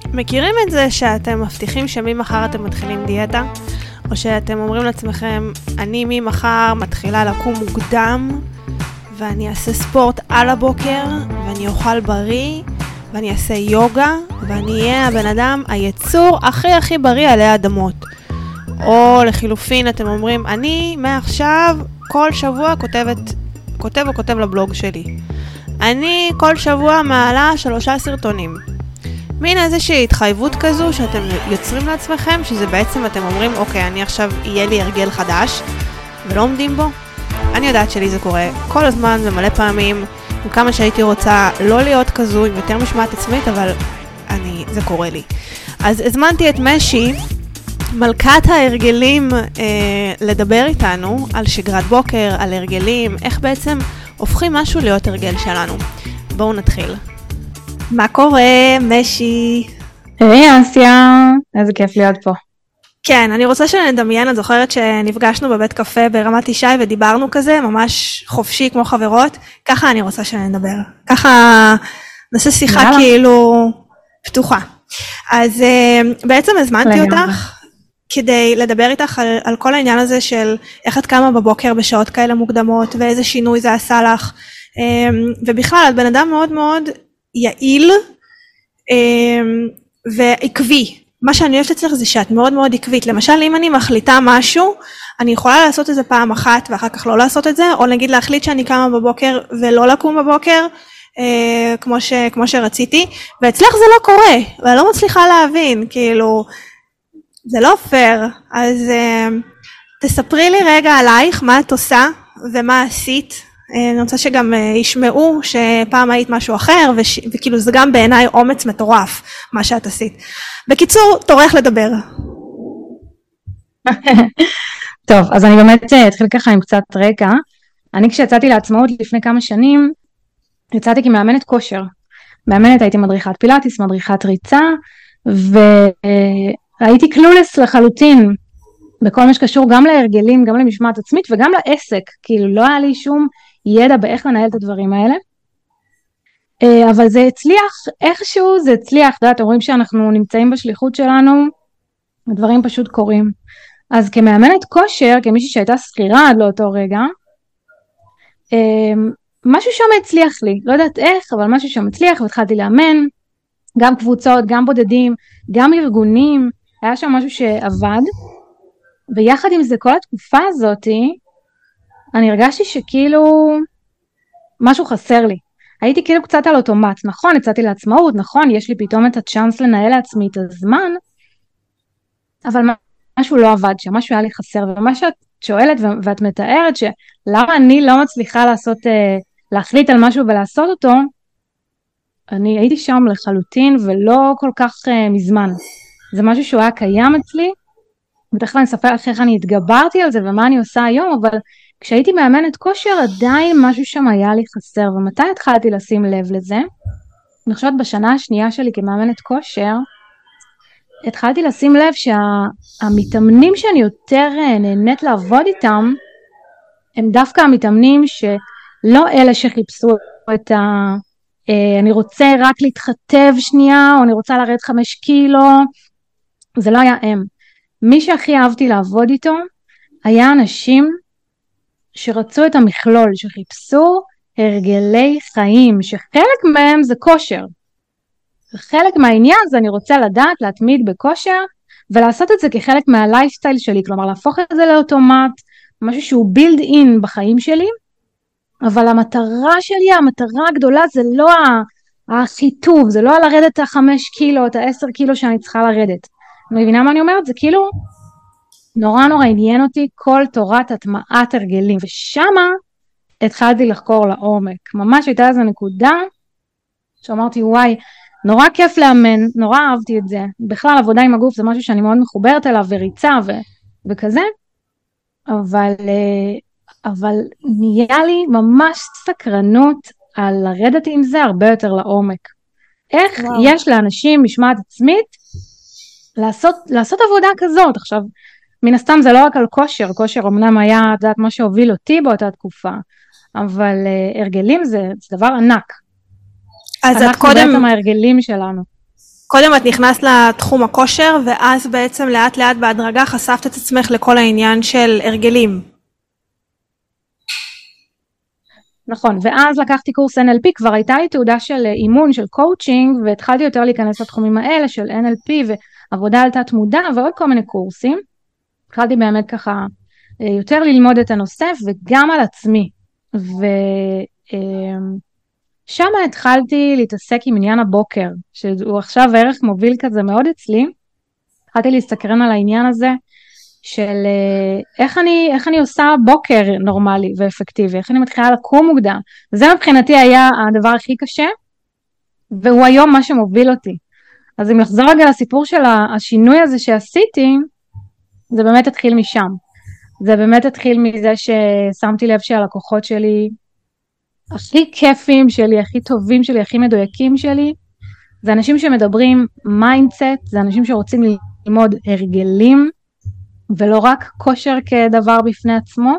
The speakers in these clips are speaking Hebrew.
מכירים את זה שאתם מבטיחים שממחר אתם מתחילים דיאטה? או שאתם אומרים לעצמכם, אני ממחר מתחילה לקום מוקדם, ואני אעשה ספורט על הבוקר, ואני אוכל בריא, ואני אעשה יוגה, ואני אהיה הבן אדם, היצור הכי בריא עלי האדמות. או לחילופין אתם אומרים, אני מעכשיו כל שבוע כותב לבלוג שלי. אני כל שבוע מעלה 3 סרטונים. מין איזושהי התחייבות כזו שאתם יוצרים לעצמכם, שזה בעצם אתם אומרים, אוקיי, אני עכשיו יהיה לי הרגל חדש, ולא עומדים בו. אני יודעת שלי זה קורה כל הזמן ומלא פעמים, עם כמה שהייתי רוצה לא להיות כזו, עם יותר משמעת עצמית, אבל זה קורה לי. אז הזמנתי את משי, מלכת ההרגלים, לדבר איתנו על שגרת בוקר, על הרגלים, איך בעצם הופכים משהו להיות הרגל שלנו. בואו נתחיל. מה קורה, משי? היי אסיה, איזה כיף להיות פה. כן, אני רוצה שנדמיין, את זוכרת שנפגשנו בבית קפה ברמת ישי ודיברנו כזה, ממש חופשי כמו חברות, ככה אני רוצה שנדבר. ככה נעשה שיחה כאילו פתוחה. אז בעצם הזמנתי אותך כדי לדבר איתך על כל העניין הזה של איך את קמה בבוקר בשעות כאלה מוקדמות, ואיזה שינוי זה עשה לך, ובכלל את בן אדם מאוד מאוד יעיל ועקבי. מה שאני אוהבת אצלך זה שאת מאוד מאוד עקבית. למשל, אם אני מחליטה משהו, אני יכולה לעשות את זה פעם אחת ואחר כך לא לעשות את זה, או נגיד להחליט שאני קמה בבוקר ולא לקום בבוקר, כמו שרציתי, ואצלך זה לא קורה, ואני לא מצליחה להבין, כאילו, זה לא פייר. אז תספרי לי רגע עלייך, מה את עושה ומה עשית. אני רוצה שגם ישמעו שפעם היית משהו אחר, וכאילו זה גם בעיניי אומץ מטורף, מה שאת עשית. בקיצור, תורך לדבר. טוב, אז אני באמת אתחיל ככה עם קצת רקע. אני כשיצאתי לעצמאות לפני כמה שנים, יצאתי כמאמנת כושר. מאמנת, הייתי מדריכת פילאטיס, מדריכת ריצה, והייתי קלולס לחלוטין, בכל מה שקשור גם להרגלים, גם למשמעת עצמית, וגם לעסק. כאילו לא היה לי שום ידע באיך לנהל את הדברים האלה. אבל זה הצליח, איכשהו זה הצליח, אתם רואים שאנחנו נמצאים בשליחות שלנו, הדברים פשוט קורים. אז כמאמנת כושר, כמישהי שהייתה שכירה עד לאותו רגע, משהו שם הצליח לי, לא יודעת איך, אבל משהו שם הצליח, והתחלתי לאמן, גם קבוצות, גם בודדים, גם ארגונים, היה שם משהו שעבד, ויחד עם זה, כל התקופה הזאת, אני הרגשתי שכאילו משהו חסר לי. הייתי כאילו קצת על אוטומט, נכון, יצאתי לעצמאות, נכון, יש לי פתאום את הצ'אנס לנהל לעצמי את הזמן, אבל משהו לא עבד שם, משהו היה לי חסר, ומה שאת שואלת ואת מתארת שלמה אני לא מצליחה להחליט על משהו ולעשות אותו, אני הייתי שם לחלוטין ולא כל כך מזמן. זה משהו שהוא היה קיים אצלי, בטח אני אספר לך איך אני התגברתי על זה ומה אני עושה היום, אבל כשהייתי מאמנת כושר עדיין משהו שם היה לי חסר, ומתי התחלתי לשים לב לזה? אני חושבת בשנה השנייה שלי כמאמנת כושר, התחלתי לשים לב שהמתאמנים שאני יותר נהנית לעבוד איתם, הם דווקא המתאמנים שלא אלה שחיפשו את אני רוצה רק להתחתב שנייה, או אני רוצה לרדת 5 קילו, זה לא היה הם. מי שהכי אהבתי לעבוד איתו, היה אנשים שרצו את המכלול, שחיפשו הרגלי חיים, שחלק מהם זה כושר. וחלק מהעניין זה אני רוצה לדעת, להתמיד בכושר, ולעשות את זה כחלק מהלייפסטייל שלי, כלומר להפוך את זה לאוטומט, משהו שהוא בילד אין בחיים שלי, אבל המטרה שלי, המטרה הגדולה זה לא החיטוב, זה לא על לרדת 5 קילו, את 10 קילו שאני צריכה לרדת. אני מבינה מה אני אומרת? זה כאילו נורא עניין אותי כל תורת הטמעת הרגלים, ושמה התחלתי לחקור לעומק. ממש הייתה איזו נקודה שאמרתי וואי, נורא כיף לאמן, נורא אהבתי את זה. בכלל עבודה עם הגוף זה משהו שאני מאוד מחוברת אליו, וריצה וכזה, אבל נהיה לי ממש סקרנות על לרדת עם זה הרבה יותר לעומק. איך יש לאנשים משמעת עצמית לעשות עבודה כזאת? עכשיו, מן הסתם זה לא רק על כושר, כושר אמנם היה, את יודעת, מה שהוביל אותי באותה תקופה, אבל הרגלים זה דבר ענק. אז את קודם... בעצם ההרגלים שלנו. קודם את נכנסת לתחום הכושר, ואז בעצם לאט לאט בהדרגה חשפת את עצמך לכל העניין של הרגלים. נכון, ואז לקחתי קורס NLP, כבר הייתה לי תעודה של אימון, של קואוצ'ינג, והתחלתי יותר להיכנס לתחומים האלה של NLP ועבודה על תת מודע ועוד כל מיני קורסים. התחלתי באמת ככה יותר ללמוד את הנושא וגם על עצמי. ושם התחלתי להתעסק עם עניין הבוקר, שהוא עכשיו ערך מוביל כזה מאוד אצלי. התחלתי להסתקרן על העניין הזה, של איך אני עושה בוקר נורמלי ואפקטיבי, איך אני מתחילה לקום מוקדם. וזה מבחינתי היה הדבר הכי קשה, והוא היום מה שמוביל אותי. אז אם לחזור רגע לסיפור של השינוי הזה שעשיתי, זה באמת התחיל משם. זה באמת התחיל מזה ששמתי לב שהלקוחות שלי, הכי כיפים שלי, הכי טובים שלי, הכי מדויקים שלי, זה אנשים שמדברים מיינדסט, זה אנשים שרוצים ללמוד הרגלים, ולא רק כושר כדבר בפני עצמו,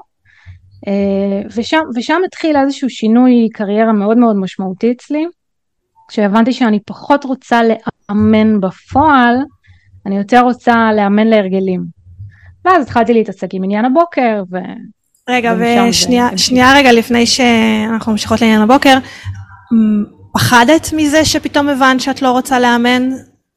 ושם התחיל איזשהו שינוי קריירה מאוד מאוד משמעותי אצלי, כשהבנתי שאני פחות רוצה לאמן בפועל, אני יותר רוצה לאמן להרגלים. ואז התחלתי להתעסק עם עניין הבוקר, רגע, ושנייה רגע לפני שאנחנו ממשיכות לעניין הבוקר, פחדת מזה שפתאום הבנת שאת לא רוצה לאמן?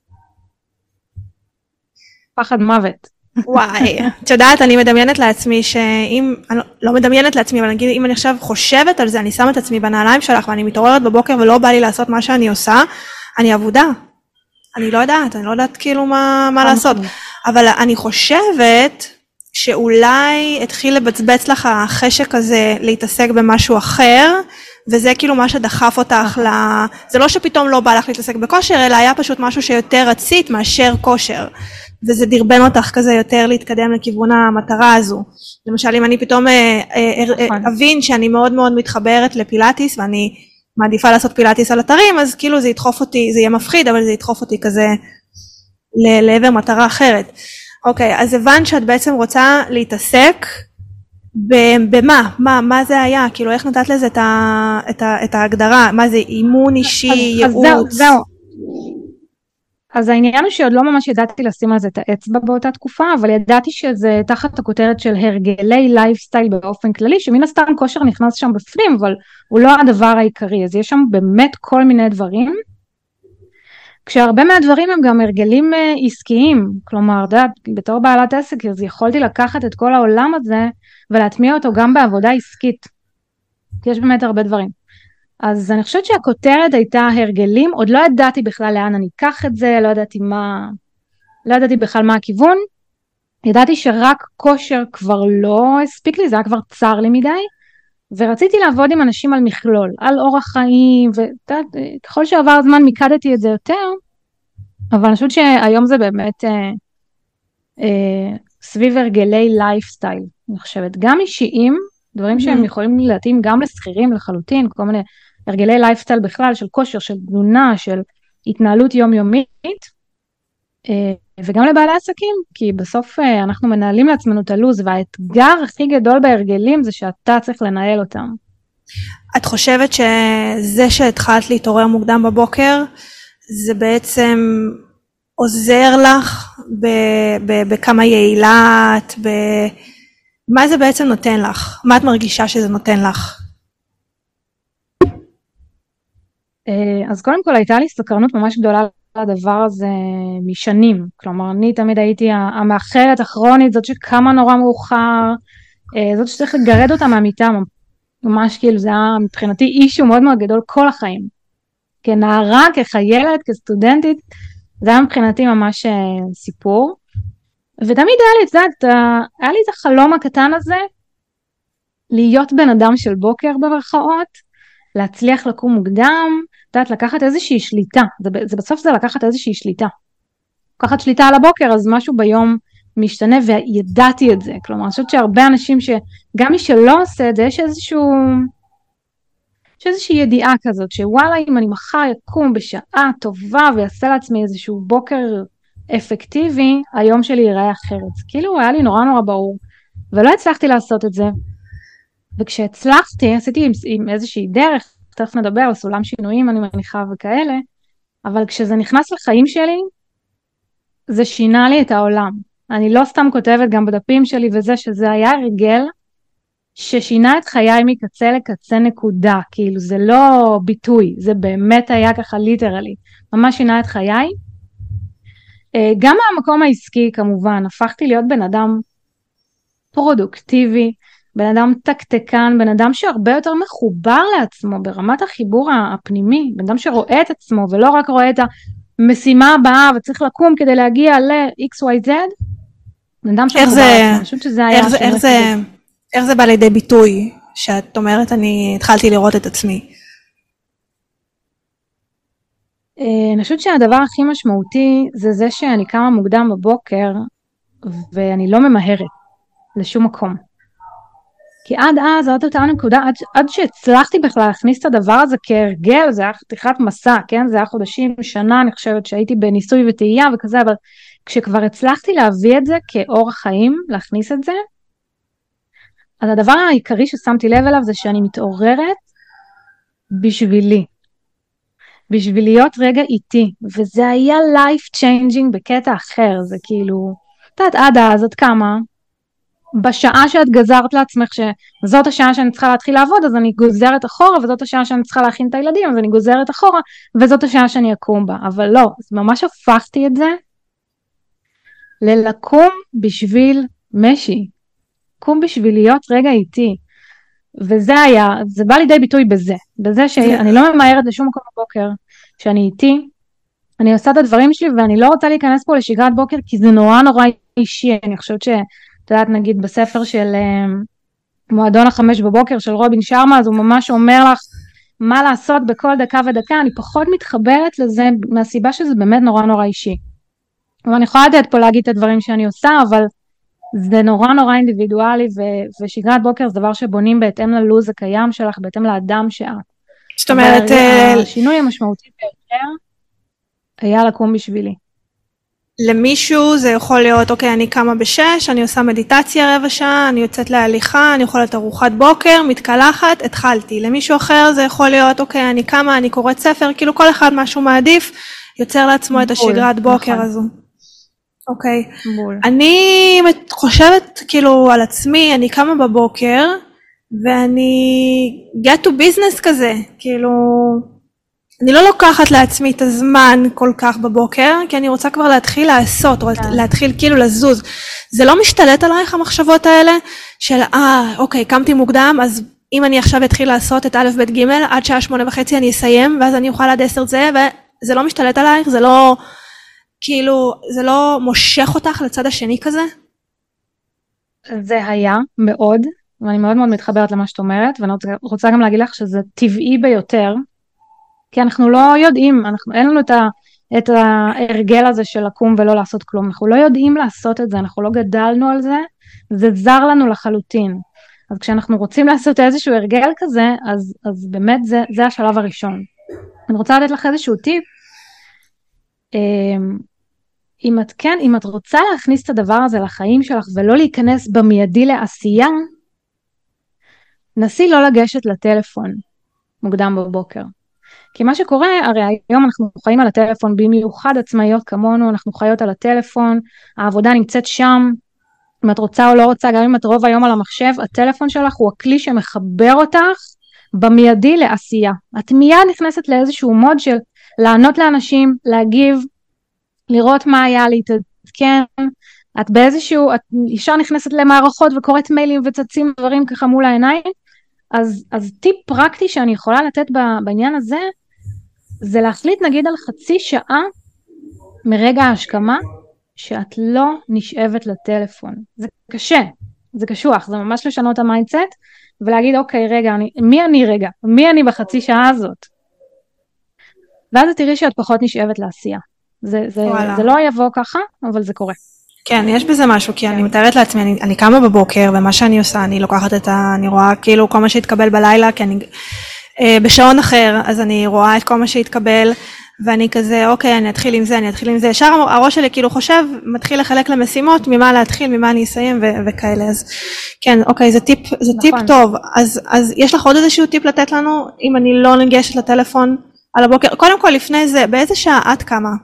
פחד מוות. וואי, את יודעת, אני מדמיינת לעצמי שאם, אני לא מדמיינת לעצמי, אבל נגיד, אם אני עכשיו חושבת על זה, אני שמה את עצמי בנעליים שלך, ואני מתעוררת בבוקר ולא בא לי לעשות מה שאני עושה, אני עבודה. אני לא יודעת כאילו מה לעשות. אבל אני חושבת שאולי התחיל לבצבץ לך החשק הזה להתעסק במשהו אחר, וזה כאילו מה שדחף אותך זה לא שפתאום לא בא לך להתעסק בכושר, אלא היה פשוט משהו שיותר רצית מאשר כושר. וזה דרבן אותך כזה יותר להתקדם לכיוון המטרה הזו. למשל, אם אני פתאום אבין שאני מאוד מאוד מתחברת לפילאטיס, ואני מעדיפה לעשות פילאטיס על אתרים, אז כאילו זה ידחוף אותי, זה יהיה מפחיד, אבל זה ידחוף אותי כזה לעבר מטרה אחרת. אוקיי, אז הבנת שאת בעצם רוצה להתעסק במה? מה זה היה? כאילו, איך נתת לזה את ההגדרה? מה זה אימון אישי, ייעוץ? זהו. אז העניין הוא שעוד לא ממש ידעתי לשים על זה את האצבע באותה תקופה, אבל ידעתי שזה תחת הכותרת של הרגלי לייפסטייל באופן כללי, שמן הסתם כושר נכנס שם בפנים, אבל הוא לא הדבר העיקרי, אז יש שם באמת כל מיני דברים, כשהרבה מהדברים הם גם הרגלים עסקיים, כלומר, בתור בעלת עסק, אז יכולתי לקחת את כל העולם הזה, ולהטמיע אותו גם בעבודה עסקית, כי יש באמת הרבה דברים. אז אני חושבת שהכותרת הייתה הרגלים, עוד לא ידעתי בכלל לאן אני אקח את זה, לא ידעתי בכלל מה הכיוון, ידעתי שרק כושר כבר לא הספיק לי, זה היה כבר צר לי מדי, ורציתי לעבוד עם אנשים על מכלול, על אורח חיים, וככל שעבר הזמן מיקדתי את זה יותר, אבל אני חושבת שהיום זה באמת סביב הרגלי לייפסטייל, אני חושבת, גם אישיים, דברים שהם יכולים להתאים גם לשכירים לחלוטין, כל מיני הרגלי לייפסטייל בכלל, של כושר, של תזונה, של התנהלות יומיומית, וגם לבעלי עסקים, כי בסוף אנחנו מנהלים לעצמנו את הלוז, והאתגר הכי גדול בהרגלים זה שאתה צריך לנהל אותם. את חושבת שזה שהתחלת להתעורר מוקדם בבוקר, זה בעצם עוזר לך בכמה יעילה את, מה זה בעצם נותן לך? מה את מרגישה שזה נותן לך? אז קודם כל הייתה לי סקרנות ממש גדולה לדבר הזה משנים, כלומר אני תמיד הייתי המאחרת הכרונית, זאת שקמה נורא מאוחר, זאת שצריך לגרד אותה מהמיטה, ממש כאילו זה היה מבחינתי אישו מאוד מאוד גדול כל החיים, כנערה, כחיילת, כסטודנטית, זה היה מבחינתי ממש סיפור, ותמיד היה לי את החלום הקטן הזה, להיות בן אדם של בוקר במרכאות, להצליח לקום מוקדם, לקחת איזושהי שליטה, בסוף זה לקחת איזושהי שליטה, לקחת שליטה על הבוקר, אז משהו ביום משתנה, וידעתי את זה, כלומר, אני חושבת שהרבה אנשים שגם מי שלא עושה את זה, יש איזושהי ידיעה כזאת, שוואלה, אם אני מחר יקום בשעה טובה, ויעשה לעצמי איזשהו בוקר אפקטיבי, היום שלי ייראה אחרת. כאילו היה לי נורא נורא ברור, ולא הצלחתי לעשות את זה. וכשהצלחתי, עשיתי עם איזושהי דרך, תכף נדבר על סולם שינויים, אני מניחה וכאלה, אבל כשזה נכנס לחיים שלי, זה שינה לי את העולם. אני לא סתם כותבת גם בדפים שלי וזה, שזה היה הרגל ששינה את חיי מקצה לקצה נקודה, כאילו זה לא ביטוי, זה באמת היה ככה ליטרלי, ממש שינה את חיי. גם מהמקום העסקי כמובן, הפכתי להיות בן אדם פרודוקטיבי, בן אדם תקתקן, בן אדם שהרבה יותר מחובר לעצמו ברמת החיבור הפנימי, בן אדם שרואה את עצמו ולא רק רואה את המשימה הבאה וצריך לקום כדי להגיע ל-XYZ, בן אדם שמחובר לעצמו, אני חושבת שזה היה... איך זה בא לידי ביטוי שאת אומרת אני התחלתי לראות את עצמי? אני חושבת שהדבר הכי משמעותי זה שאני קמה מוקדם בבוקר ואני לא ממהרת לשום מקום. כי עד אז, עד אותה נקודה, עד שהצלחתי בכלל להכניס את הדבר הזה כהרגל, זה היה חתיכת מסע, כן? זה היה חודשים, שנה, אני חושבת שהייתי בניסוי וטעייה וכזה, אבל כשכבר הצלחתי להביא את זה כאורח חיים, להכניס את זה, אז הדבר העיקרי ששמתי לב אליו זה שאני מתעוררת בשבילי. בשביל להיות רגע איתי, וזה היה life changing בקטע אחר, זה כאילו, עד אז, עד כמה, בשעה שאת גזרת לעצמך שזאת השעה שאני צריכה להתחיל לעבוד, אז אני גוזרת אחורה, וזאת השעה שאני צריכה להכין את הילדים, אז אני גוזרת אחורה, וזאת השעה שאני אקום בה, אבל לא, אז ממש הפכתי את זה, ללקום בשביל משי, קום בשביל להיות רגע איתי, וזה היה, זה בא לידי ביטוי בזה שאני לא ממהרת לשום מקום בבוקר, שאני איתי, אני עושה את הדברים שלי, ואני לא רוצה להיכנס פה לשגרת בוקר, כי זה נורא אישי, אני חושבת את יודעת, נגיד בספר של מועדון 5 בבוקר של רובין שרמה, אז הוא ממש אומר לך מה לעשות בכל דקה ודקה, אני פחות מתחברת לזה מהסיבה שזה באמת נורא אישי. ואני יכולה לדעת פה להגיד את הדברים שאני עושה, אבל זה נורא אינדיבידואלי, ושגרת בוקר זה דבר שבונים בהתאם ללוז הקיים שלך, בהתאם לאדם שאת. זאת אומרת... השינוי המשמעותי ביותר היה לקום בשבילי. למישהו זה יכול להיות, אוקיי, אני קמה ב6, אני עושה מדיטציה רבע שעה, אני יוצאת להליכה, אני יכולה את ארוחת בוקר, מתקלחת, התחלתי. למישהו אחר זה יכול להיות, אוקיי, אני קמה, אני קוראת ספר, כאילו כל אחד משהו מעדיף, יוצר לעצמו את השגרת בוקר הזו. אוקיי. אני חושבת כאילו על עצמי, אני קמה בבוקר, ואני get to business כזה, כאילו... אני לא לוקחת לעצמי את הזמן כל כך בבוקר, כי אני רוצה כבר להתחיל לעשות, או להתחיל כאילו לזוז. זה לא משתלט עלייך המחשבות האלה, של אוקיי, קמתי מוקדם, אז אם אני עכשיו אתחיל לעשות את א' ב' ג' עד שעה 8:30 אני אסיים, ואז אני אוכל עד 10 זה, וזה לא משתלט עלייך, זה לא, כאילו, זה לא מושך אותך לצד השני כזה? זה היה מאוד, ואני מאוד מתחברת למה שאת אומרת, ואני רוצה גם להגיד לך שזה טבעי ביותר, כי אנחנו לא יודעים, אין לנו את ההרגל הזה של לקום ולא לעשות כלום, אנחנו לא יודעים לעשות את זה, אנחנו לא גדלנו על זה, זה זר לנו לחלוטין. אז כשאנחנו רוצים לעשות איזשהו הרגל כזה, אז באמת זה השלב הראשון. אני רוצה לתת לך איזשהו טיפ, אם את רוצה להכניס את הדבר הזה לחיים שלך, ולא להיכנס במיידי לעשייה, נסי לא לגשת לטלפון מוקדם בבוקר. כי מה שקורה, הרי היום אנחנו חיים על הטלפון, במיוחד עצמאיות כמונו, אנחנו חיות על הטלפון, העבודה נמצאת שם, אם את רוצה או לא רוצה, גם אם את רוב היום על המחשב, הטלפון שלך הוא הכלי שמחבר אותך במיידי לעשייה. את מיד נכנסת לאיזשהו מוד של לענות לאנשים, להגיב, לראות מה היה, להתעדכן, את באיזשהו, את ישר נכנסת למערכות וקוראת מיילים וצצים דברים ככה מול העיניים, אז טיפ פרקטי שאני יכולה לתת בעניין הזה, זה להחליט נגיד על חצי שעה מרגע ההשכמה, שאת לא נשאבת לטלפון. זה קשה, זה קשוח, זה ממש לשנות המיינדסט, ולהגיד אוקיי רגע, מי אני בחצי שעה הזאת? ואז תראי שאת פחות נשאבת לעשייה. זה לא יבוא ככה, אבל זה קורה. כן, יש בזה משהו, כי אני מתארת לעצמי, אני קמה בבוקר, ומה שאני עושה, אני לוקחת אני רואה כאילו כל מה שהתקבל בלילה, כי אני בשעון אחר, אז אני רואה את כל מה שהתקבל, ואני כזה, אוקיי, אני אתחיל עם זה, ישר הראש שלי כאילו חושב, מתחיל לחלק למשימות, ממה להתחיל, ממה אני אסיים, וכאלה, אז כן, אוקיי, זה טיפ טוב, אז יש לך עוד איזשהו טיפ לתת לנו, אם אני לא ניגשת לטלפון, על הבוקר. קודם כל, לפני זה, באיזה שעה את קמה?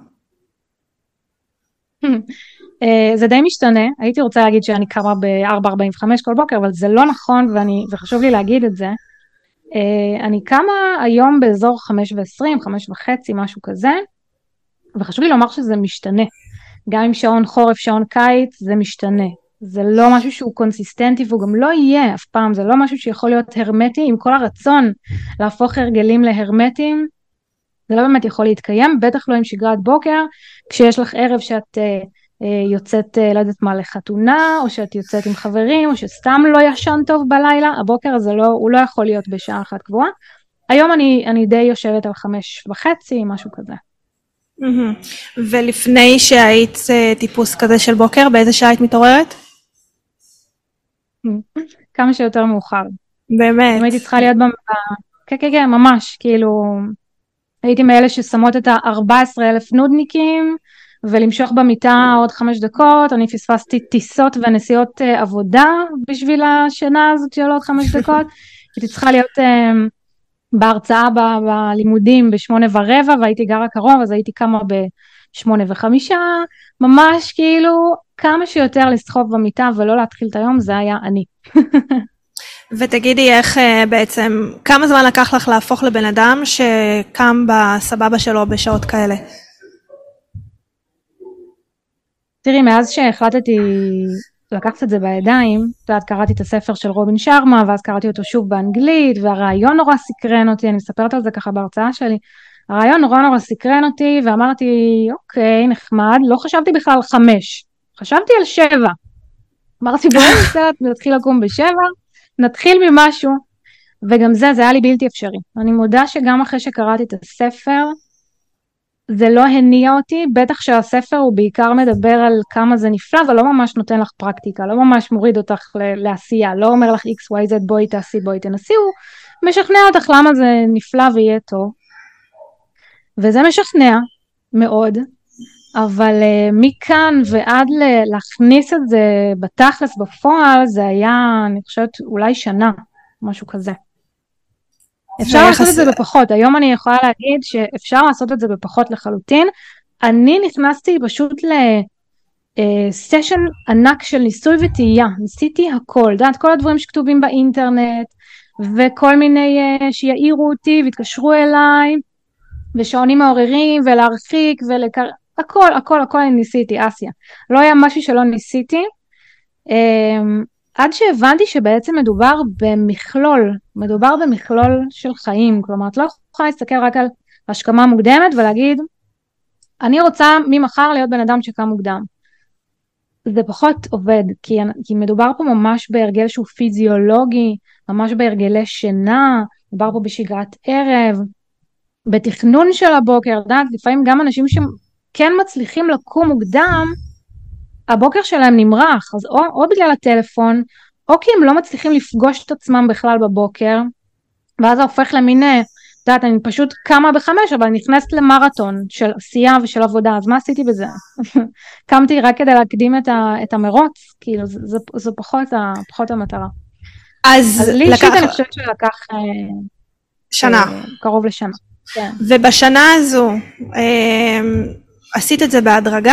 זה די משתנה, הייתי רוצה להגיד שאני קמה ב-4:45 כל בוקר, אבל זה לא נכון, וחשוב לי להגיד את זה. אני קמה היום באזור 5:20, 5:30, משהו כזה, וחשוב לי לומר שזה משתנה. גם עם שעון חורף, שעון קיץ, זה משתנה. זה לא משהו שהוא קונסיסטנטי, והוא גם לא יהיה אף פעם, זה לא משהו שיכול להיות הרמטי, עם כל הרצון להפוך הרגלים להרמטיים, זה לא באמת יכול להתקיים, בטח לא עם שגרת בוקר, כשיש לך ערב שאת יוצאת, לא יודעת מה, לחתונה, או שאת יוצאת עם חברים, או שסתם לא ישן טוב בלילה, הבוקר הזה הוא לא יכול להיות בשעה אחת קבועה. היום אני די יושבת על 5:30, משהו כזה. ולפני שהיית טיפוס כזה של בוקר, באיזה שעה היית מתעוררת? כמה שיותר מאוחר. באמת? אם הייתי צריכה להיות כן, ממש, כאילו, הייתי מאלה ששמות את ה-14,000 נודניקים, ולמשוך במיטה עוד 5 דקות, אני פספסתי טיסות ונסיעות עבודה, בשביל השינה הזאת של עוד 5 דקות, הייתי צריכה להיות בהרצאה בלימודים ב8:15, והייתי גרה קרוב, אז הייתי קמה ב8:05, ממש כאילו, כמה שיותר לסחוב במיטה, ולא להתחיל את היום, זה היה אני. ותגידי איך בעצם, כמה זמן לקח לך להפוך לבן אדם שקם בסבבה שלו בשעות כאלה? תראי, מאז שהחלטתי לקחת את זה בידיים, קראתי את הספר של רובין שרמה, ואז קראתי אותו שוב באנגלית, והרעיון נורא סקרן אותי, אני מספרת על זה ככה בהרצאה שלי, הרעיון נורא סקרן אותי, ואמרתי, אוקיי, נחמד, לא חשבתי בכלל על 5, חשבתי על 7, אמרתי בואו נתחיל לקום ב7, נתחיל ממשהו, וגם זה היה לי בלתי אפשרי. אני מודה שגם אחרי שקראתי את הספר, זה לא הניע אותי, בטח שהספר הוא בעיקר מדבר על כמה זה נפלא, ולא ממש נותן לך פרקטיקה, לא ממש מוריד אותך לעשייה, לא אומר לך XYZ בואי תעשי, בואי תנסי, הוא משכנע אותך למה זה נפלא ויהיה טוב, וזה משכנע מאוד, אבל מכאן ועד להכניס את זה בתכלס בפועל, זה היה, אני חושבת, אולי שנה, משהו כזה. אפשר לעשות את זה בפחות, היום אני יכולה להגיד שאפשר לעשות את זה בפחות לחלוטין, אני נכנסתי פשוט לסשן ענק של ניסוי וטעייה, ניסיתי הכל, דעת כל הדברים שכתובים באינטרנט, וכל מיני שיעירו אותי והתקשרו אליי, ושעונים מעוררים ולהרחיק הכל אני ניסיתי, אסיה. לא היה משהו שלא ניסיתי, עד שהבנתי שבעצם מדובר במכלול של חיים, כלומר את לא יכולה להסתכל רק על השכמה מוקדמת ולהגיד, אני רוצה ממחר להיות בן אדם שקם מוקדם. זה פחות עובד, כי מדובר פה ממש בהרגל שהוא פיזיולוגי, ממש בהרגלי שינה, מדובר פה בשגרת ערב, בתכנון של הבוקר, לפעמים גם אנשים שכן מצליחים לקום מוקדם, הבוקר שלהם נמרח, אז או בגלל הטלפון, או כי הם לא מצליחים לפגוש את עצמם בכלל בבוקר, ואז זה הופך למין, אני פשוט קמה ב5, אבל אני נכנסת למרתון של עשייה ושל עבודה, אז מה עשיתי בזה? קמתי רק כדי להקדים את המרוץ, כאילו זה פחות המטרה. אז לי אישית אני חושבת שלקח שנה. קרוב לשנה. כן. ובשנה הזו, עשית את זה בהדרגה?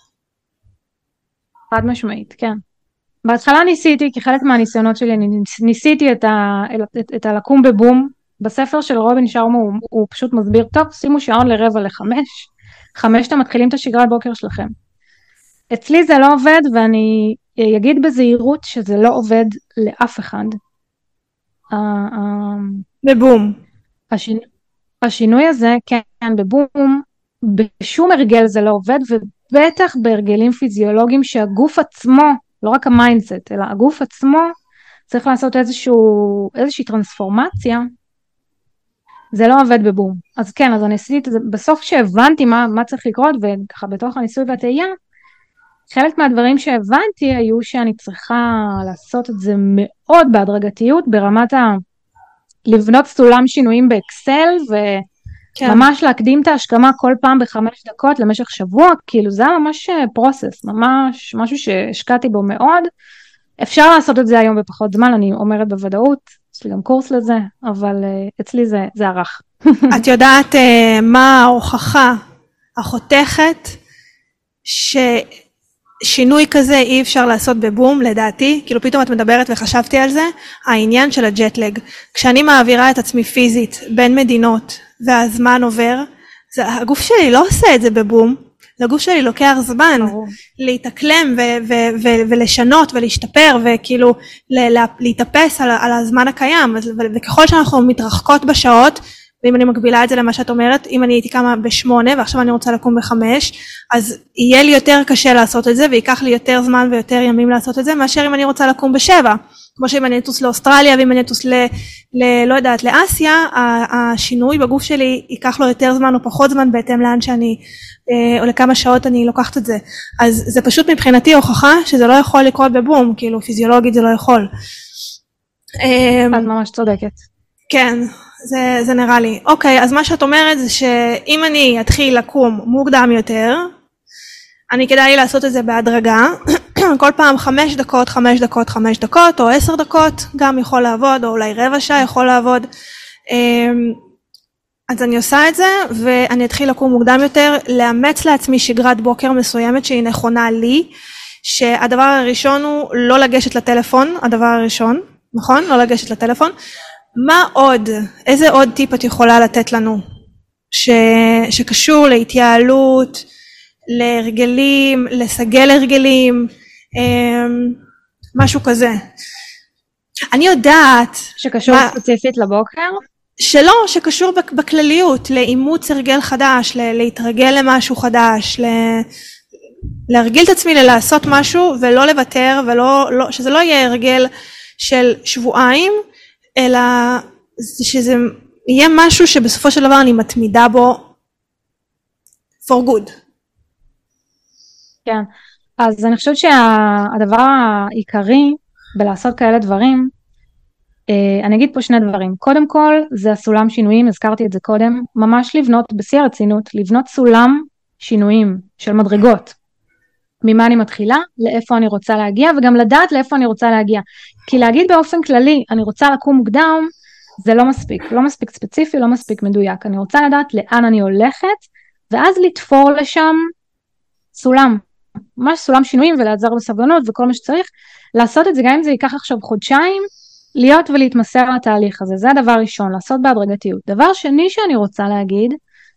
חד משמעית, כן. בהתחלה ניסיתי, כחלק מהניסיונות שלי, ניסיתי את הלקום בבום, בספר של רובין שרמה הוא פשוט מסביר, טוב, שימו שעון ל4:45, 5 אתם מתחילים את השגרת בוקר שלכם. אצלי זה לא עובד, ואני אגיד בזהירות שזה לא עובד לאף אחד. בבום. השינוי הזה, כן, בבום, בשום הרגל זה לא עובד, ובטח בהרגלים פיזיולוגיים שהגוף עצמו, לא רק המיינדסט, אלא הגוף עצמו צריך לעשות איזושהי טרנספורמציה, זה לא עובד בבום. אז כן, אז אני עשיתי את זה, בסוף שהבנתי מה צריך לקרות, וככה בתוך הניסוי והטעייה, חלק מהדברים שהבנתי היו שאני צריכה לעשות את זה מאוד בהדרגתיות, ברמת לבנות סולם שינויים באקסל, וממש להקדים את ההשכמה כל פעם ב5 דקות למשך שבוע, כאילו זה היה ממש פרוסס, ממש משהו שהשקעתי בו מאוד. אפשר לעשות את זה היום בפחות זמן, אני אומרת בוודאות, יש לי גם קורס לזה, אבל אצלי זה ערך. את יודעת מה ההוכחה החותכת ששינוי כזה אי אפשר לעשות בבום, לדעתי, כאילו פתאום את מדברת וחשבתי על זה, העניין של הג'טלג. כשאני מעבירה את עצמי פיזית בין מדינות והזמן עובר, הגוף שלי לא עושה את זה בבום, לגוף שלי לוקח זמן להתאקלם ולשנות ולהשתפר וכאילו להתאפס על הזמן הקיים, וככל שאנחנו מתרחקות בשעות, ואם אני מגבילה את זה למה שאת אומרת, אם אני הייתי קמה ב8 ועכשיו אני רוצה לקום ב5, אז יהיה לי יותר קשה לעשות את זה, ויקח לי יותר זמן ויותר ימים לעשות את זה, מאשר אם אני רוצה לקום ב7, כמו שאם אני אטוס לאוסטרליה, ואם אני אטוס לא יודעת, לאסיה, השינוי בגוף שלי ייקח לו יותר זמן או פחות זמן, בהתאם לאן שאני, או לכמה שעות אני לוקחת את זה. אז זה פשוט מבחינתי הוכחה, שזה לא יכול לקרות בבום, כאילו פיזיולוגית זה לא יכול. את ממש צודקת. כן. זה נראה לי. אוקיי, אז מה שאת אומרת זה שאם אני אתחיל לקום מוקדם יותר, אני כדאי לי לעשות את זה בהדרגה, כל פעם 5 דקות, 5 דקות, 5 דקות, או 10 דקות, גם יכול לעבוד, או אולי רבע שעה יכול לעבוד. אז אני עושה את זה, ואני אתחיל לקום מוקדם יותר, לאמץ לעצמי שגרת בוקר מסוימת שהיא נכונה לי, שהדבר הראשון הוא לא לגשת לטלפון, הדבר הראשון, נכון? לא לגשת לטלפון. מה עוד, איזה עוד טיפ את יכולה לתת לנו שקשור להתייעלות, להרגלים, לסגל הרגלים, משהו כזה? אני יודעת שקשור ספציפית לבוקר? שלא, שקשור בכלליות, לאימוץ הרגל חדש, להתרגל למשהו חדש, להרגיל את עצמי לעשות משהו ולא לוותר, שזה לא יהיה הרגל של שבועיים, אלא שזה יהיה משהו שבסופו של דבר אני מתמידה בו for good. כן, אז אני חושבת שהדבר העיקרי בלעשות כאלה דברים, אני אגיד פה 2 דברים. קודם כל, זה הסולם שינויים, הזכרתי את זה קודם, ממש לבנות, בשיא הרצינות, לבנות סולם שינויים של מדרגות. ממה אני מתחילה, לאיפה אני רוצה להגיע, וגם לדעת לאיפה אני רוצה להגיע. כי להגיד באופן כללי, אני רוצה לקום מוקדם, זה לא מספיק. לא מספיק ספציפי, לא מספיק מדויק. אני רוצה לדעת לאן אני הולכת, ואז לתפור לשם סולם. ממש סולם שינויים ולעזר בסבלנות וכל מה שצריך. לעשות את זה, גם אם זה ייקח עכשיו חודשיים, להיות ולהתמסר לתהליך הזה. זה הדבר ראשון, לעשות בהדרגתיות. דבר שני שאני רוצה להגיד,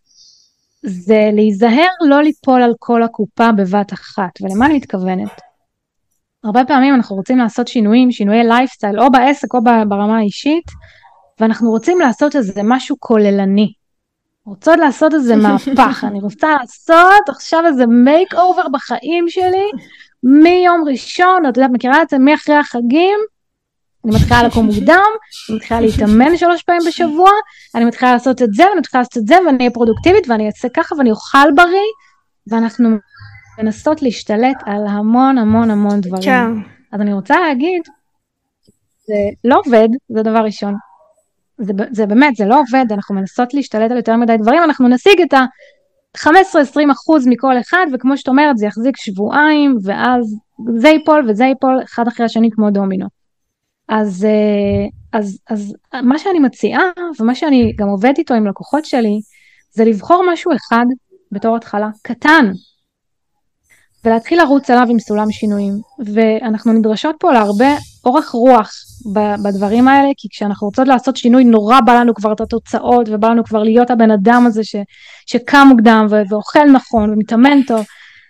זה להיזהר לא ליפול על כל הקופה בבת אחת, ולמה אני מתכוונת? הרבה פעמים אנחנו רוצים לעשות שינויי לייפסטייל, או בעסק או ברמה האישית, ואנחנו רוצים לעשות איזה משהו כוללני, רוצות לעשות איזה מהפך, אני רוצה לעשות עכשיו איזה מייק אובר בחיים שלי, מיום ראשון, את יודעת, מכירה את זה, מאחרי החגים, אני מתחילה לקום מוקדם, אני מתחילה להתאמן 3 פעמים בשבוע, אני מתחילה לעשות את זה, ואני מתחילה לעשות את זה, ואני אהיה פרודוקטיבית, ואני אעשה ככה, ואני אוכל בריא, ואנחנו מנסות להשתלט על המון המון המון דברים. כן. אז אני רוצה להגיד, זה לא עובד, זה דבר ראשון. זה באמת, זה לא עובד, אנחנו מנסות להשתלט על יותר מדי דברים, אנחנו נשיג את ה-15-20% מכל אחד, וכמו שאת אומרת, זה יחזיק שבועיים, ואז זה ייפול וזה ייפול, אחד אחרי השני כמו דומינו. אז מה שאני מציעה, ומה שאני גם עובדת איתו עם לקוחות שלי, זה לבחור משהו אחד בתור התחלה, קטן, ולהתחיל לרוץ עליו עם סולם שינויים, ואנחנו נדרשות פה להרבה אורך רוח בדברים האלה, כי כשאנחנו רוצות לעשות שינוי, נורא בא לנו כבר את התוצאות, ובא לנו כבר להיות הבן אדם הזה שקם מוקדם, ואוכל נכון, ומתאמן טוב,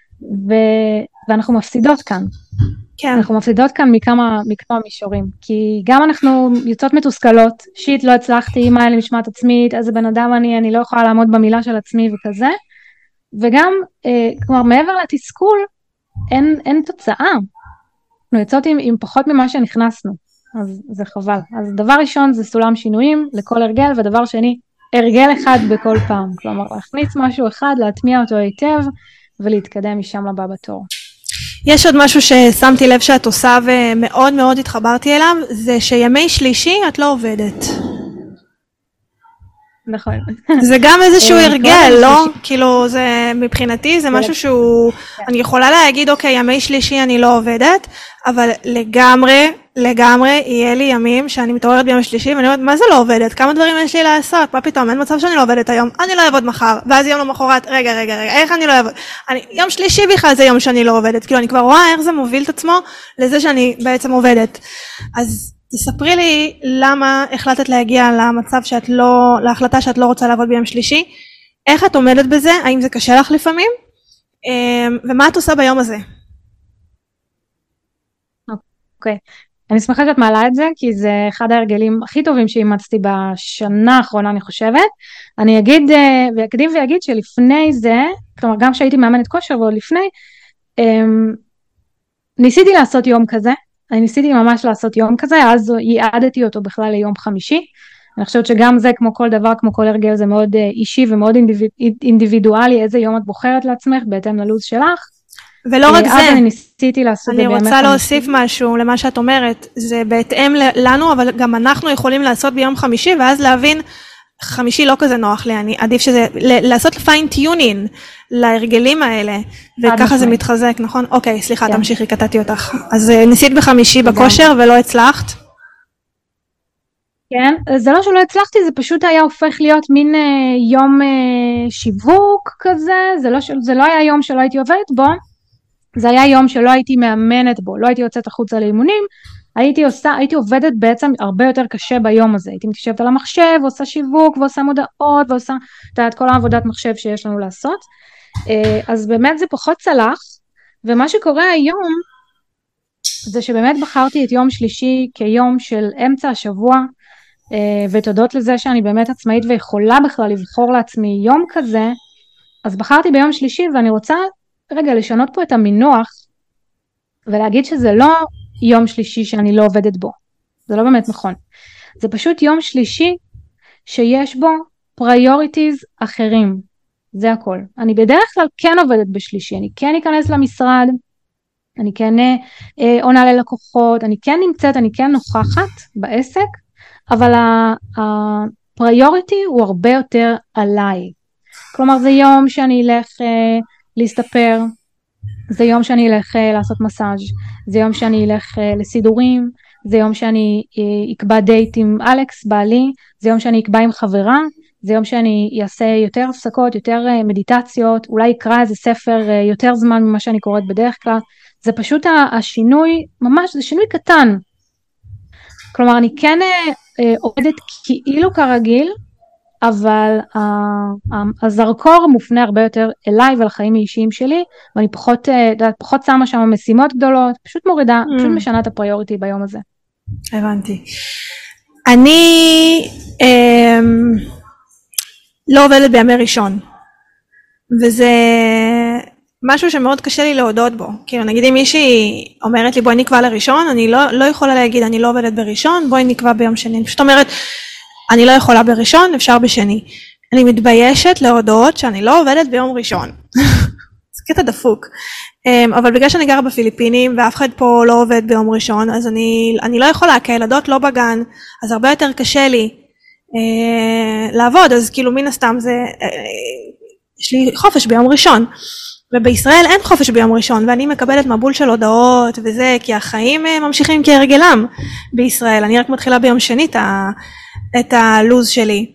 ואנחנו מפסידות כאן. כן. אנחנו מפסידות כאן מכמה מישורים, כי גם אנחנו יוצאות מתוסכלות, שיט לא הצלחתי, מה אלה משמעת עצמית, איזה בן אדם אני לא יכולה לעמוד במילה של עצמי וכזה, וגם, כלומר, מעבר לתסכול, אין תוצאה. אנחנו יוצאות עם פחות ממה שנכנסנו, אז זה חבל. אז דבר ראשון זה סולם שינויים לכל הרגל, ודבר שני, הרגל אחד בכל פעם. כלומר, להכניס משהו אחד, להטמיע אותו היטב, ולהתקדם משם לבא בתור. יש עוד משהו ששמתי לב שאת עושה ומאוד מאוד התחברתי אליו, זה שימי שלישי את לא עובדת. נכון. זה גם איזשהו הרגל, לא? כאילו, זה, מבחינתי, זה משהו שהוא, אני יכולה להגיד, אוקיי, ימי שלישי אני לא עובדת, אבל לגמרי יהיה לי ימים שאני מתעוררת ביום שלישי, ואני אומרת, מה זה לא עובדת? כמה דברים יש לי לעשות? מה פתאום? אין מצב שאני לא עובדת היום, אני לא אעבוד מחר, ואז יום למחרת, רגע, איך אני לא אעבוד? יום שלישי בכלל זה יום שאני לא עובדת, כאילו, אני כבר רואה איך זה מוביל את עצמו לזה שאני בעצם עובדת. אז תספרי לי למה החלטת להגיע למצב להחלטה שאת לא רוצה לעבוד ביום שלישי, איך את עומדת בזה, האם זה קשה לך לפעמים, ומה את עושה ביום הזה? אוקיי, אני שמחה שאת מעלה את זה, כי זה אחד ההרגלים הכי טובים שאימצתי בשנה האחרונה, אני חושבת. אני אקדים ויגיד שלפני זה, כלומר גם שהייתי מאמנת כושר ועוד לפני, ניסיתי לעשות יום כזה, אני ניסיתי ממש לעשות יום כזה, אז ייעדתי אותו בכלל ליום חמישי. אני חושבת שגם זה, כמו כל דבר, כמו כל הרגל, זה מאוד אישי ומאוד אינדיבידואלי, איזה יום את בוחרת לעצמך, בהתאם ללוז שלך. ולא רק זה, אני ניסיתי לעשות אני רוצה להוסיף משהו למה שאת אומרת, זה בהתאם לנו, אבל גם אנחנו יכולים לעשות ביום חמישי, ואז להבין, חמישי לא כזה נוח לי, אני עדיף שזה, לעשות פיין טיונינג להרגלים האלה, וככה זה מתחזק, נכון? אוקיי, סליחה, תמשיכי, קטעתי אותך. אז ניסית בחמישי בכושר ולא הצלחת? כן, זה לא שלא הצלחתי, זה פשוט היה הופך להיות מין יום שיווק כזה, זה לא היה יום שלא הייתי עובדת בו, זה היה יום שלא הייתי מאמנת בו, לא הייתי יוצאת החוצה לאימונים, הייתי עובדת בעצם הרבה יותר קשה ביום הזה, הייתי מתיישבת על המחשב, ועושה שיווק, ועושה מודעות, ועושה את כל העבודת מחשב שיש לנו לעשות, אז באמת זה פחות צלח, ומה שקורה היום, זה שבאמת בחרתי את יום שלישי כיום של אמצע השבוע, ותודות לזה שאני באמת עצמאית ויכולה בכלל לבחור לעצמי יום כזה, אז בחרתי ביום שלישי ואני רוצה רגע לשנות פה את המינוח, ולהגיד שזה לא יום שלישי שאני לא עובדת בו, זה לא באמת נכון, זה פשוט יום שלישי שיש בו פריוריטיז אחרים, זה הכל. אני בדרך כלל כן עובדת בשלישי, אני כן אכנס למשרד, אני כן עונה ללקוחות, אני כן נמצאת, אני כן נוכחת בעסק, אבל הפריוריטי הוא הרבה יותר עליי. כלומר, זה יום שאני אלך להסתפר, זה יום שאני אלך לעשות מסאז', זה יום שאני אלך לסידורים, זה יום שאני אקבע דייט עם אלכס, בעלי, זה יום שאני אקבע עם חברה, זה יום שאני אעשה יותר הפסקות, יותר מדיטציות, אולי אקרא איזה ספר יותר זמן ממה שאני קוראת בדרך כלל. זה פשוט השינוי, ממש, זה שינוי קטן. כלומר, אני כן עובדת כאילו כרגיל, אבל הזרקור מופנה הרבה יותר אליי ולחיים האישיים שלי, ואני פחות שמה שם משימות גדולות, פשוט מורידה, פשוט משנה את הפריוריטי ביום הזה. הבנתי. אני לא עובדת בימי ראשון, וזה משהו שמאוד קשה לי להודות בו. כאילו נגיד אם מישהי אומרת לי בואי נקבע לראשון, אני לא יכולה להגיד אני לא עובדת בראשון, בואי נקבע ביום שני. אני פשוט אומרת אני לא יכולה בראשון, אפשר בשני. אני מתביישת להודות שאני לא עובדת ביום ראשון. זה קטע דפוק. אבל בגלל שאני גרה בפיליפינים ואף אחד פה לא עובד ביום ראשון, אז אני לא יכולה, כי הילדות לא בגן, אז הרבה יותר קשה לי לעבוד, אז כאילו מן הסתם יש לי חופש ביום ראשון. ובישראל אין חופש ביום ראשון, ואני מקבלת מבול של הודעות וזה, כי החיים ממשיכים כהרגלם בישראל. אני רק מתחילה ביום שני את הלוז שלי.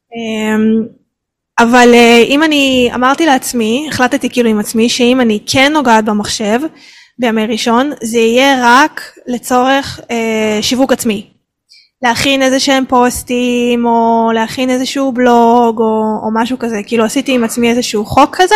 אבל אם אני אמרתי לעצמי, החלטתי כאילו עם עצמי, שאם אני כן נוגעת במחשב בימי ראשון, זה יהיה רק לצורך שיווק עצמי. להכין איזה שהם פוסטים, או להכין איזשהו בלוג, או משהו כזה. כאילו עשיתי עם עצמי איזשהו חוק כזה,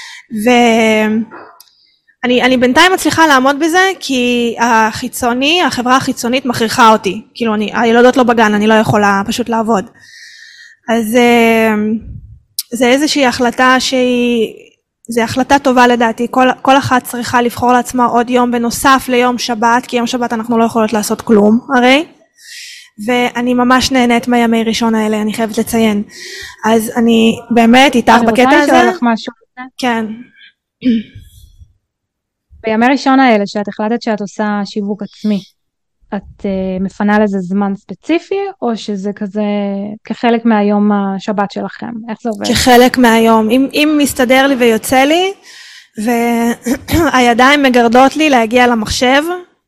ואני בינתיים מצליחה לעמוד בזה, כי החברה החיצונית מכריחה אותי. כאילו הילדות לא בגן, אני לא יכולה פשוט לעבוד. אז זה איזושהי החלטה זה החלטה טובה לדעתי. כל אחת צריכה לבחור לעצמה עוד יום בנוסף ליום שבת, כי יום שבת אנחנו לא יכולות לעשות כלום, הרי. ואני ממש נהנית מהימי ראשון האלה, אני חייבת לציין. אז אני באמת איתך בקטע הזה. אני רוצה לשאול לך משהו. כן. בימי ראשון האלה שאת החלטת שאת עושה שיווק עצמי, את מפנה לזה זמן ספציפי, או שזה כזה כחלק מהיום השבת שלכם? איך זה עובד? כחלק מהיום. אם מסתדר לי ויוצא לי, והידיים מגרדות לי להגיע למחשב,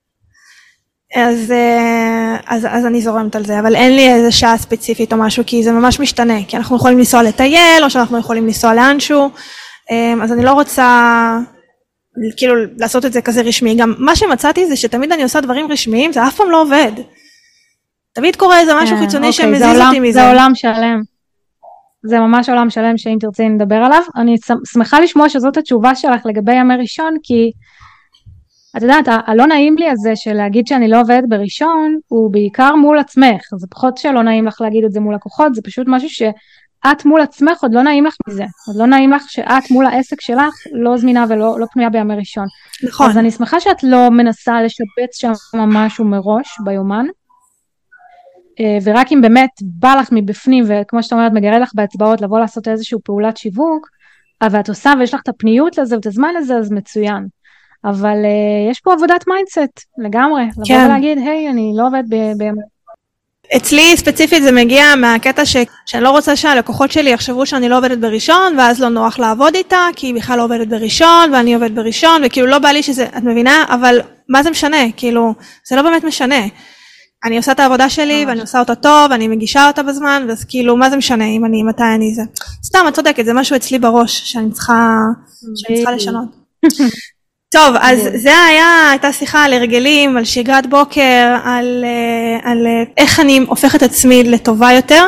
אז אני זורמת על זה, אבל אין לי איזה שעה ספציפית או משהו, כי זה ממש משתנה, כי אנחנו יכולים לנסוע לטייל, או שאנחנו יכולים לנסוע לאנשהו, אז אני לא רוצה כאילו לעשות את זה כזה רשמי. גם מה שמצאתי זה שתמיד אני עושה דברים רשמיים, זה אף פעם לא עובד. תמיד קורה איזה משהו חיצוני שמזיז אותי מזה. זה עולם שלם. זה ממש עולם שלם שאם תרצי נדבר עליו. אני שמחה לשמוע שזאת התשובה שלך לגבי ימי ראשון, כי את יודעת, הלא נעים לי הזה של להגיד שאני לא עובדת בראשון, הוא בעיקר מול עצמך. זה פחות שלא נעים לך להגיד את זה מול לקוחות, זה פשוט משהו שאת מול עצמך עוד לא נעים לך מזה. עוד לא נעים לך שאת מול העסק שלך לא זמינה ולא פנויה בימי ראשון. נכון. אז אני שמחה שאת לא מנסה לשבץ שם משהו מראש ביומן, ורק אם באמת בא לך מבפנים, וכמו שאתה אומרת, מגרד לך באצבעות לבוא לעשות איזשהו פעולת שיווק, ואת עושה ויש לך את הפניות לזה ואת הזמן לזה, אז מצוין. אבל יש פה עבודת מיינדסט לגמרי, לבוא ולהגיד, היי, אני לא עובד אצלי ספציפית זה מגיע מהקטע שאני לא רוצה שהלקוחות שלי יחשבו שאני לא עובדת בראשון, ואז לא נוח לעבוד איתה, כי היא בכלל לא עובדת בראשון, ואני עובד בראשון, וכאילו לא בא לי שזה, את מבינה? אבל מה זה משנה? כאילו, זה לא באמת משנה. אני עושה את העבודה שלי, ואני עושה אותה טוב, ואני מגישה אותה בזמן, ואז כאילו, מה זה משנה מתי אני זה? סתם, את צודקת, זה משהו אצלי בראש, שאני צריכה לשנות. טוב, אז זה הייתה שיחה על הרגלים, על שגרת בוקר, על איך אני הופכת עצמי לטובה יותר.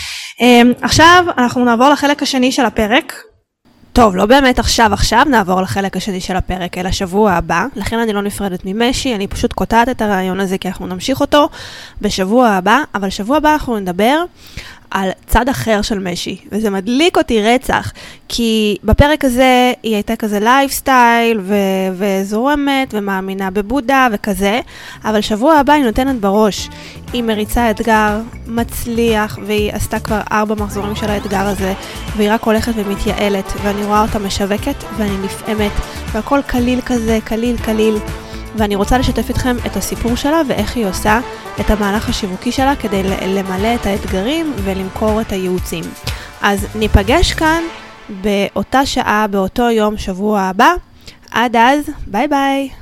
עכשיו אנחנו נעבור לחלק השני של הפרק. טוב, לא באמת עכשיו נעבור לחלק השני של הפרק, אלא שבוע הבא. לכן אני לא נפרדת ממשי, אני פשוט קוטעת את הרעיון הזה, כי אנחנו נמשיך אותו בשבוע הבא. אבל שבוע הבא אנחנו נדבר על צד אחר של משי, וזה מדליק אותי רצח, כי בפרק הזה היא הייתה כזה לייפסטייל וזורמת ומאמינה בבודה וכזה, אבל שבוע הבא היא נותנת בראש, היא מריצה אתגר מצליח, והיא עשתה כבר 4 מחזורים של האתגר הזה, והיא רק הולכת ומתייעלת, ואני רואה אותה משווקת ואני נפעמת, והכל קליל כזה, קליל, ואני רוצה לשתף אתכם את הסיפור שלה ואיך היא עושה את המהלך השיווקי שלה כדי למלא את האתגרים ולמכור את הייעוצים. אז ניפגש כאן באותה שעה, באותו יום, שבוע הבא. עד אז, ביי ביי.